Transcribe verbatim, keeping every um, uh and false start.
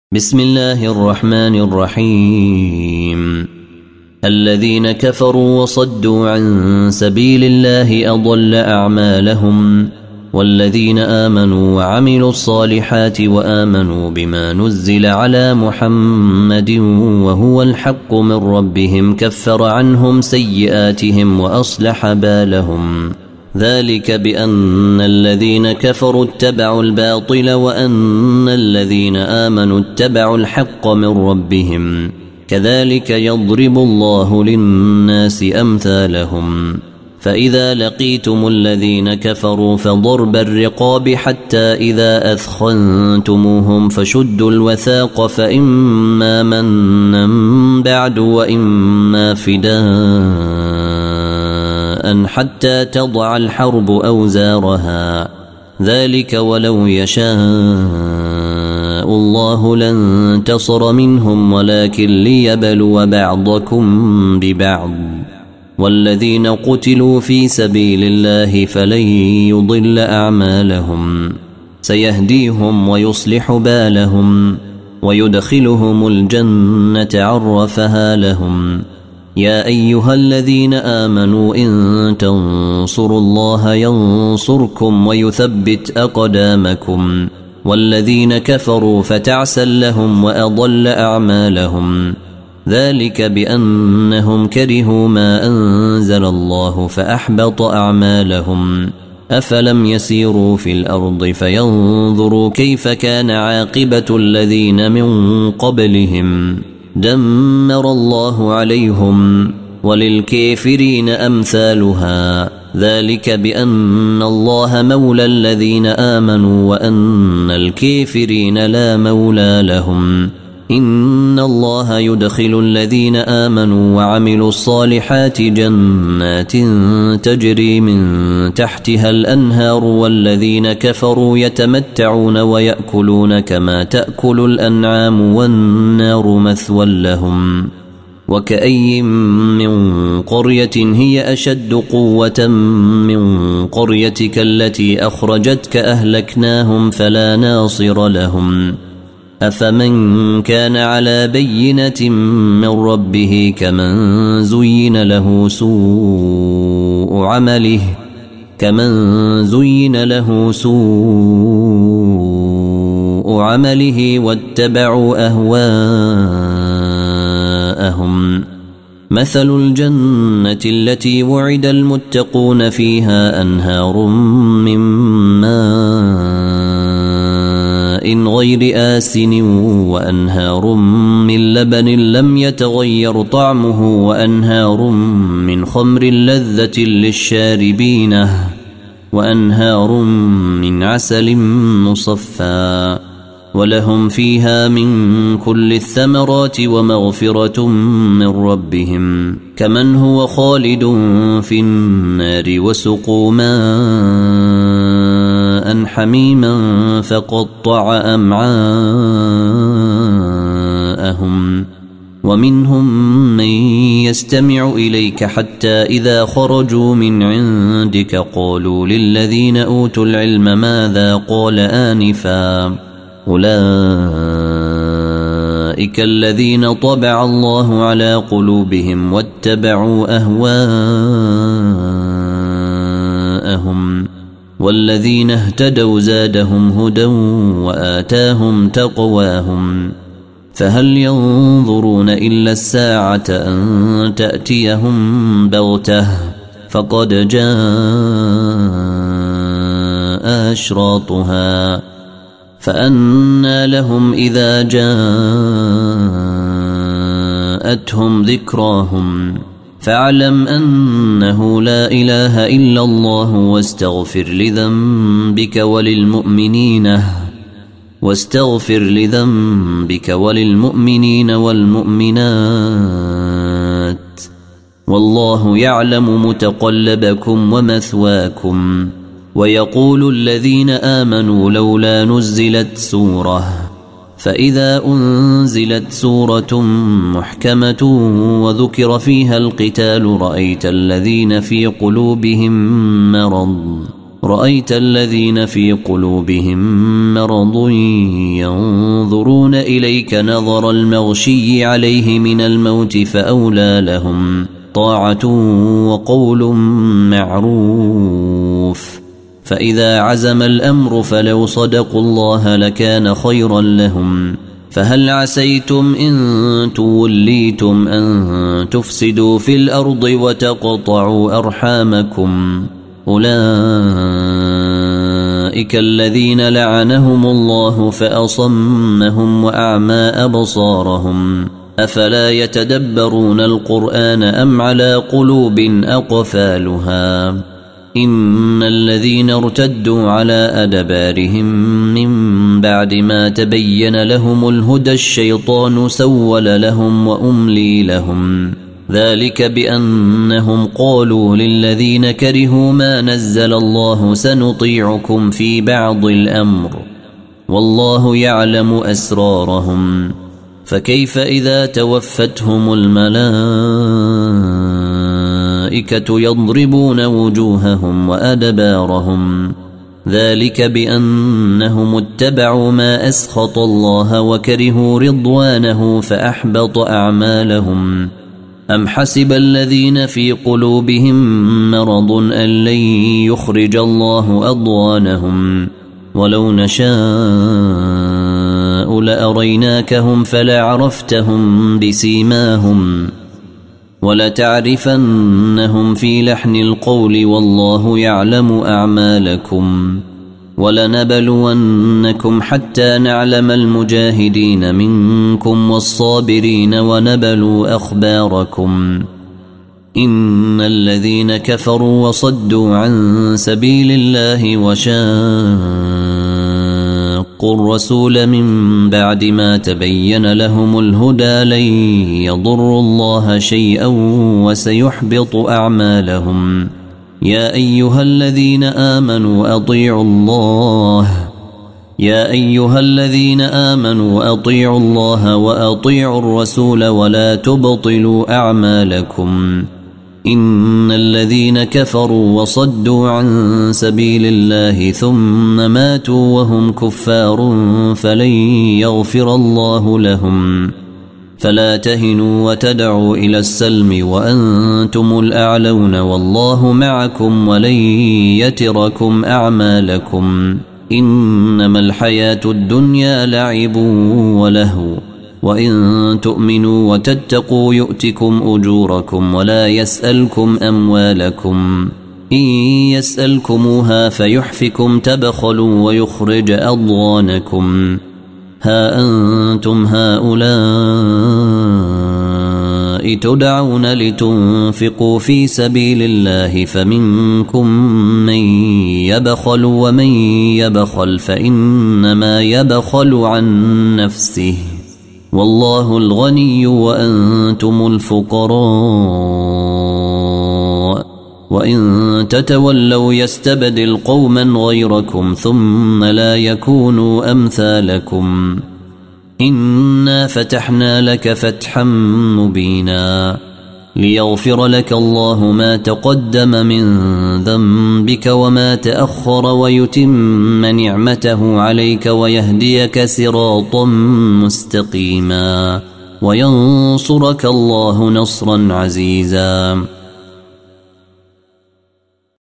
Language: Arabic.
بسم الله الرحمن الرحيم. الذين كفروا وصدوا عن سبيل الله أضل أعمالهم، والذين آمنوا وعملوا الصالحات وآمنوا بما نزل على محمد وهو الحق من ربهم كفر عنهم سيئاتهم وأصلح بالهم. ذلك بأن الذين كفروا اتبعوا الباطل وأن الذين آمنوا اتبعوا الحق من ربهم، كذلك يضرب الله للناس أمثالهم. فإذا لقيتم الذين كفروا فضرب الرقاب حتى إذا أثخنتموهم فشدوا الوثاق، فإما منا بعد وإما فداء حتى تضع الحرب أوزارها، ذلك ولو يشاء الله لانتصر منهم ولكن ليبلو بعضكم ببعض. والذين قتلوا في سبيل الله فلن يضل أعمالهم، سيهديهم ويصلح بالهم ويدخلهم الجنة عرفها لهم. يا أيها الذين آمنوا إن تنصروا الله ينصركم ويثبت أقدامكم، والذين كفروا فتعسا لهم وأضل أعمالهم. ذلك بأنهم كرهوا ما أنزل الله فأحبط أعمالهم. أفلم يسيروا في الأرض فينظروا كيف كان عاقبة الذين من قبلهم، دمر الله عليهم وللكافرين أمثالها. ذلك بأن الله مولى الذين آمنوا وأن الكافرين لا مولى لهم. إن الله يدخل الذين آمنوا وعملوا الصالحات جنات تجري من تحتها الأنهار، والذين كفروا يتمتعون ويأكلون كما تأكل الأنعام والنار مثوى لهم. وكأي من قرية هي أشد قوة من قريتك التي أخرجتك أهلكناهم فلا ناصر لهم. أفمن كان على بينة من ربه كمن زين له سوء عمله كمن زين له سوء عمله واتبعوا أهواءهم. مثل الجنة التي وعد المتقون فيها أنهار من ماء غير آسن وأنهار من لبن لم يتغير طعمه وأنهار من خمر لذة للشاربين وأنهار من عسل مصفى، ولهم فيها من كل الثمرات ومغفرة من ربهم، كمن هو خالد في النار وسقوا ماء حميما فقطع أمعاءهم. ومنهم من يستمع إليك حتى إذا خرجوا من عندك قالوا للذين أوتوا العلم ماذا قال آنفا، أولئك الذين طبع الله على قلوبهم واتبعوا أهواءهم. والذين اهتدوا زادهم هدى وآتاهم تقواهم. فهل ينظرون إلا الساعة أن تأتيهم بغتة فقد جاء أشراطها، فأنى لهم إذا جاءتهم ذكراهم. فاعلم أنه لا إله إلا الله واستغفر لذنبك وللمؤمنين واستغفر لذنبك وللمؤمنين والمؤمنات، والله يعلم متقلبكم ومثواكم. ويقول الذين آمنوا لولا نزلت سورة، فإذا أنزلت سورة محكمة وذكر فيها القتال رأيت الذين في قلوبهم مرض رأيت الذين في قلوبهم مرض ينظرون إليك نظر المغشي عليه من الموت فأولى لهم طاعة وقول معروف. فإذا عزم الأمر فلو صدقوا الله لكان خيرا لهم. فهل عسيتم إن توليتم أن تفسدوا في الأرض وتقطعوا أرحامكم؟ أولئك الذين لعنهم الله فأصمهم وأعمى أبصارهم. أفلا يتدبرون القرآن أم على قلوب أقفالها؟ إن الذين ارتدوا على أدبارهم من بعد ما تبين لهم الهدى الشيطان سول لهم وأملي لهم. ذلك بأنهم قالوا للذين كرهوا ما نزل الله سنطيعكم في بعض الأمر والله يعلم أسرارهم. فكيف إذا توفتهم الملائكة يضربون وجوههم وأدبارهم؟ ذلك بأنهم اتبعوا ما أسخط الله وكرهوا رضوانه فأحبط أعمالهم. أم حسب الذين في قلوبهم مرض أن لن يخرج الله أضغانهم؟ ولو نشاء لأريناكهم فلعرفتهم بسيماهم ولتعرفنهم في لحن القول والله يعلم أعمالكم. ولنبلونكم حتى نعلم المجاهدين منكم والصابرين ونبلوا أخباركم. إن الذين كفروا وصدوا عن سبيل الله وشاقوا الرسول من بعد ما تبين لهم الهدى لن يضروا الله شيئا وسيحبط أعمالهم. يا أيها الذين آمنوا أطيعوا الله يا أيها الذين آمنوا أطيعوا الله وأطيعوا الرسول ولا تبطلوا أعمالكم. إن الذين كفروا وصدوا عن سبيل الله ثم ماتوا وهم كفار فلن يغفر الله لهم. فلا تهنوا وتدعوا إلى السلم وأنتم الأعلون والله معكم ولن يتركم أعمالكم. إنما الحياة الدنيا لعب ولهو وإن تؤمنوا وتتقوا يؤتكم أجوركم ولا يسألكم أموالكم. إن يسألكموها فيحفكم تبخلوا ويخرج أضغانكم. ها أنتم هؤلاء تدعون لتنفقوا في سبيل الله فمنكم من يبخل ومن يبخل فإنما يبخل عن نفسه والله الغني وأنتم الفقراء. وإن تتولوا يستبدل قوما غيركم ثم لا يكونوا أمثالكم. إنا فتحنا لك فتحا مبينا ليغفر لك الله ما تقدم من ذنبك وما تأخر ويتم نعمته عليك ويهديك صراطا مستقيما وينصرك الله نصرا عزيزا.